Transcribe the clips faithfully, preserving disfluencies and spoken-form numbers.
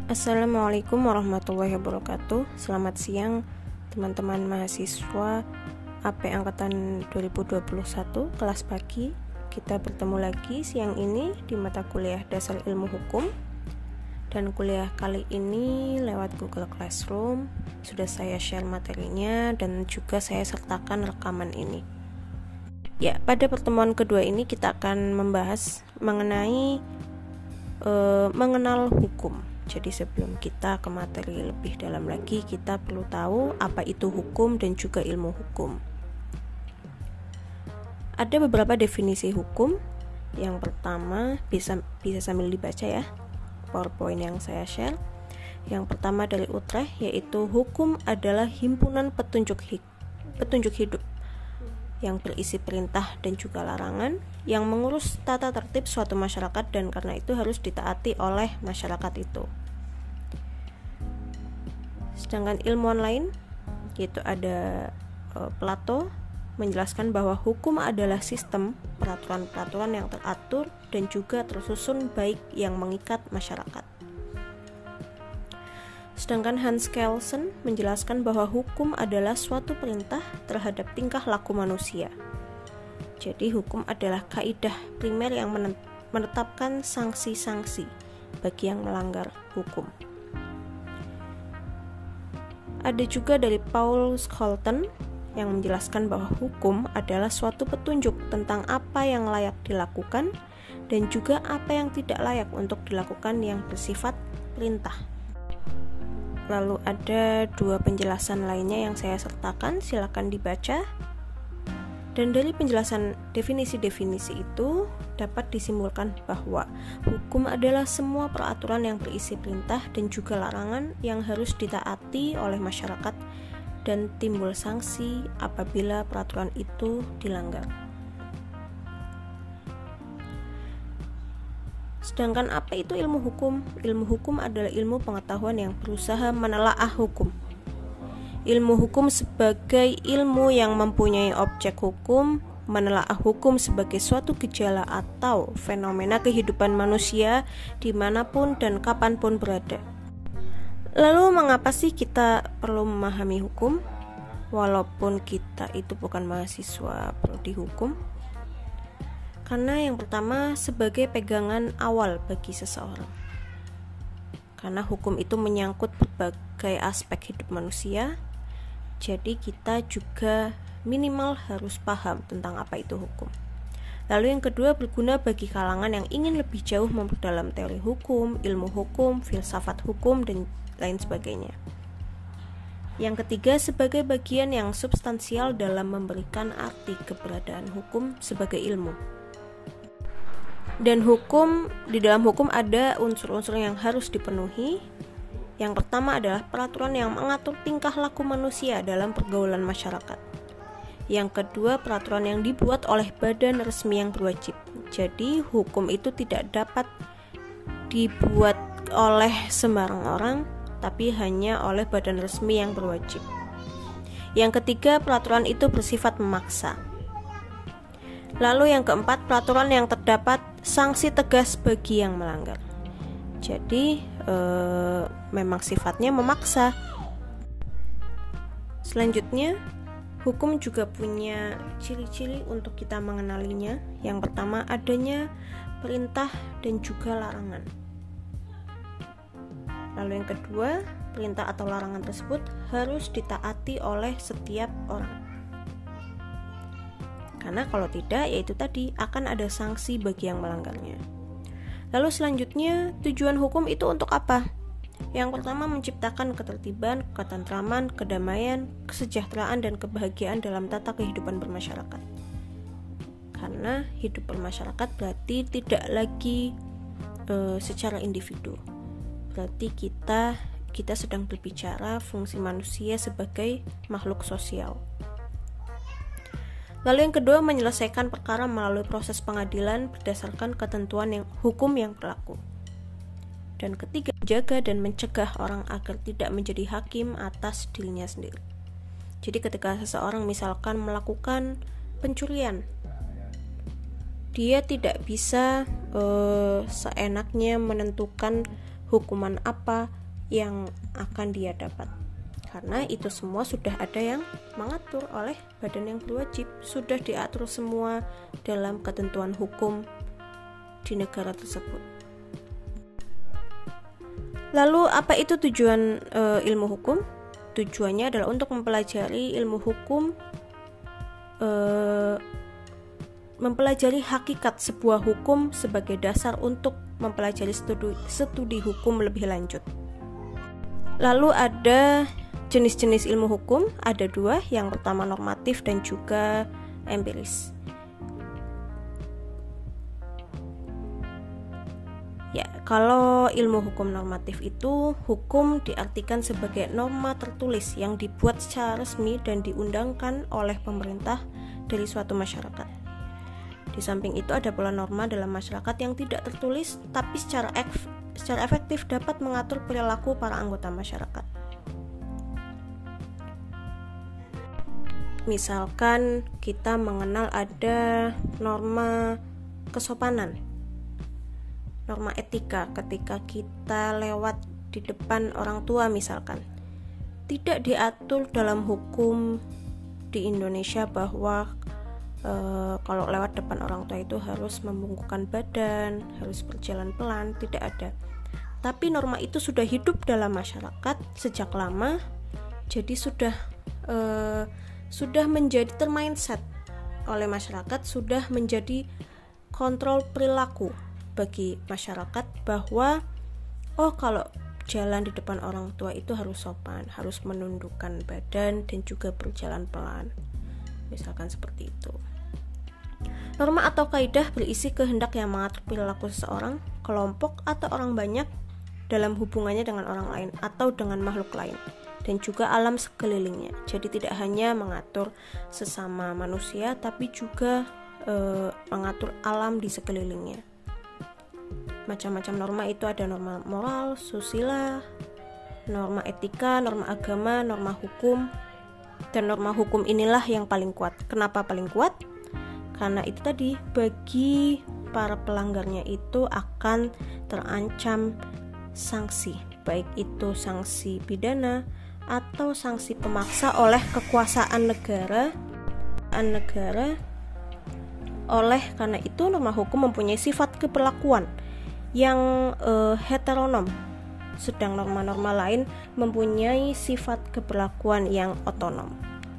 Assalamualaikum warahmatullahi wabarakatuh. Selamat siang teman-teman mahasiswa A P Angkatan dua ribu dua puluh satu kelas pagi. Kita bertemu lagi siang ini di mata kuliah Dasar Ilmu Hukum. Dan kuliah kali ini lewat Google Classroom. Sudah saya share materinya dan juga saya sertakan rekaman ini. Ya, pada pertemuan kedua ini kita akan membahas mengenai uh, mengenal hukum. Jadi sebelum kita ke materi lebih dalam lagi, kita perlu tahu apa itu hukum dan juga ilmu hukum. Ada beberapa definisi hukum. Yang pertama, bisa bisa sambil dibaca ya, PowerPoint yang saya share. Yang pertama dari Utrecht, yaitu hukum adalah himpunan petunjuk hi- petunjuk hidup yang berisi perintah dan juga larangan yang mengurus tata tertib suatu masyarakat dan karena itu harus ditaati oleh masyarakat itu. Sedangkan ilmuwan lain, yaitu ada e, Plato, menjelaskan bahwa hukum adalah sistem peraturan-peraturan yang teratur dan juga tersusun baik yang mengikat masyarakat. Sedangkan Hans Kelsen menjelaskan bahwa hukum adalah suatu perintah terhadap tingkah laku manusia. Jadi hukum adalah kaidah primer yang menetapkan sanksi-sanksi bagi yang melanggar hukum. Ada juga dari Paul Scholten yang menjelaskan bahwa hukum adalah suatu petunjuk tentang apa yang layak dilakukan dan juga apa yang tidak layak untuk dilakukan yang bersifat perintah. Lalu ada dua penjelasan lainnya yang saya sertakan, silakan dibaca. Dan dari penjelasan definisi-definisi itu dapat disimpulkan bahwa hukum adalah semua peraturan yang berisi perintah dan juga larangan yang harus ditaati oleh masyarakat dan timbul sanksi apabila peraturan itu dilanggar. Sedangkan apa itu ilmu hukum? Ilmu hukum adalah ilmu pengetahuan yang berusaha menelaah hukum. Ilmu hukum sebagai ilmu yang mempunyai objek hukum, menelaah hukum sebagai suatu gejala atau fenomena kehidupan manusia dimanapun dan kapanpun berada. Lalu mengapa sih kita perlu memahami hukum? Walaupun kita itu bukan mahasiswa prodi hukum. Karena yang pertama sebagai pegangan awal bagi seseorang. Karena hukum itu menyangkut berbagai aspek hidup manusia, jadi kita juga minimal harus paham tentang apa itu hukum. Lalu yang kedua berguna bagi kalangan yang ingin lebih jauh memperdalam teori hukum, ilmu hukum, filsafat hukum, dan lain sebagainya. Yang ketiga sebagai bagian yang substansial dalam memberikan arti keberadaan hukum sebagai ilmu. Dan hukum, di dalam hukum ada unsur-unsur yang harus dipenuhi. Yang pertama adalah peraturan yang mengatur tingkah laku manusia dalam pergaulan masyarakat. Yang kedua, peraturan yang dibuat oleh badan resmi yang berwajib. Jadi, hukum itu tidak dapat dibuat oleh sembarang orang, tapi hanya oleh badan resmi yang berwajib. Yang ketiga, peraturan itu bersifat memaksa. Lalu yang keempat, peraturan yang terdapat sanksi tegas bagi yang melanggar. Jadi e, memang sifatnya memaksa. Selanjutnya, hukum juga punya ciri-ciri untuk kita mengenalinya. Yang pertama, adanya perintah dan juga larangan. Lalu yang kedua, perintah atau larangan tersebut harus ditaati oleh setiap orang. Karena kalau tidak, yaitu tadi akan ada sanksi bagi yang melanggarnya. Lalu selanjutnya, tujuan hukum itu untuk apa? Yang pertama, menciptakan ketertiban, ketentraman, kedamaian, kesejahteraan, dan kebahagiaan dalam tata kehidupan bermasyarakat. Karena hidup bermasyarakat berarti tidak lagi e, secara individu. Berarti kita kita sedang berbicara fungsi manusia sebagai makhluk sosial. Lalu yang kedua, menyelesaikan perkara melalui proses pengadilan berdasarkan ketentuan yang hukum yang berlaku. Dan ketiga, menjaga dan mencegah orang agar tidak menjadi hakim atas dirinya sendiri. Jadi ketika seseorang misalkan melakukan pencurian, dia tidak bisa uh, seenaknya menentukan hukuman apa yang akan dia dapat. Karena itu semua sudah ada yang mengatur oleh badan yang berwajib, sudah diatur semua dalam ketentuan hukum di negara tersebut. Lalu apa itu tujuan e, ilmu hukum? Tujuannya adalah untuk mempelajari ilmu hukum, e, mempelajari hakikat sebuah hukum sebagai dasar untuk mempelajari studi, studi hukum lebih lanjut. Lalu ada jenis-jenis ilmu hukum, ada dua, yang pertama normatif dan juga empiris. Ya, kalau ilmu hukum normatif itu, hukum diartikan sebagai norma tertulis yang dibuat secara resmi dan diundangkan oleh pemerintah dari suatu masyarakat. Di samping itu ada pula norma dalam masyarakat yang tidak tertulis, tapi secara, ef- secara efektif dapat mengatur perilaku para anggota masyarakat. Misalkan kita mengenal ada norma kesopanan, norma etika ketika kita lewat di depan orang tua misalkan. Tidak diatur dalam hukum di Indonesia bahwa e, kalau lewat depan orang tua itu harus membungkukkan badan, harus berjalan pelan, tidak ada. Tapi norma itu sudah hidup dalam masyarakat sejak lama, jadi sudah e, sudah menjadi termindset oleh masyarakat, sudah menjadi kontrol perilaku bagi masyarakat bahwa oh kalau jalan di depan orang tua itu harus sopan, harus menundukkan badan dan juga berjalan pelan. Misalkan seperti itu. Norma atau kaidah berisi kehendak yang mengatur perilaku seseorang, kelompok atau orang banyak dalam hubungannya dengan orang lain atau dengan makhluk lain, dan juga alam sekelilingnya. Jadi tidak hanya mengatur sesama manusia, tapi juga e, mengatur alam di sekelilingnya. Macam-macam norma itu ada norma moral, susila, norma etika, norma agama, norma hukum. Dan norma hukum inilah yang paling kuat. Kenapa paling kuat? Karena itu tadi, bagi para pelanggarnya itu akan terancam sanksi, baik itu sanksi pidana atau sanksi pemaksa oleh kekuasaan negara negara oleh karena itu norma hukum mempunyai sifat keperlakuan yang eh, heteronom, sedang norma-norma lain mempunyai sifat keperlakuan yang otonom.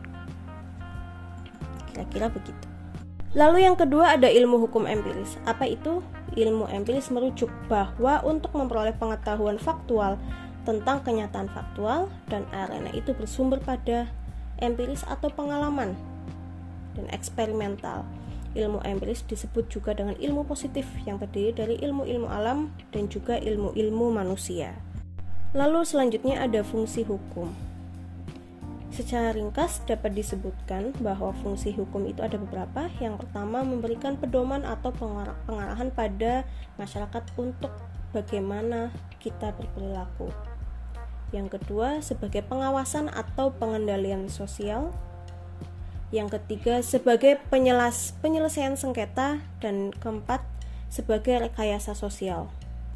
Kira-kira begitu. Lalu yang kedua ada ilmu hukum empiris. Apa itu? Ilmu empiris merujuk bahwa untuk memperoleh pengetahuan faktual tentang kenyataan faktual dan arena itu bersumber pada empiris atau pengalaman dan eksperimental. Ilmu empiris disebut juga dengan ilmu positif yang terdiri dari ilmu-ilmu alam dan juga ilmu-ilmu manusia. Lalu selanjutnya ada fungsi hukum. Secara ringkas dapat disebutkan bahwa fungsi hukum itu ada beberapa. Yang pertama, memberikan pedoman atau pengarahan pada masyarakat untuk bagaimana kita berperilaku. Yang kedua, sebagai pengawasan atau pengendalian sosial. Yang ketiga, sebagai penyelas, penyelesaian sengketa. Dan keempat, sebagai rekayasa sosial.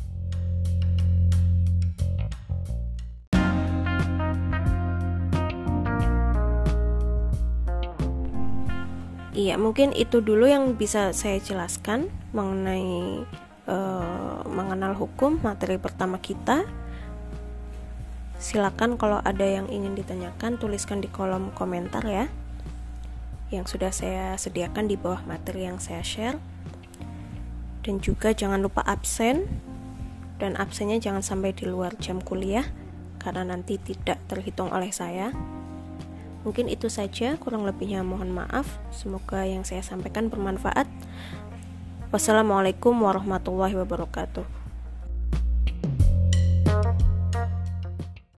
Iya, mungkin itu dulu yang bisa saya jelaskan mengenai uh, mengenal hukum, materi pertama kita. Silakan kalau ada yang ingin ditanyakan, tuliskan di kolom komentar ya, yang sudah saya sediakan di bawah materi yang saya share. Dan juga jangan lupa absen, dan absennya jangan sampai di luar jam kuliah, karena nanti tidak terhitung oleh saya. Mungkin itu saja, kurang lebihnya mohon maaf. Semoga yang saya sampaikan bermanfaat. Wassalamualaikum warahmatullahi wabarakatuh.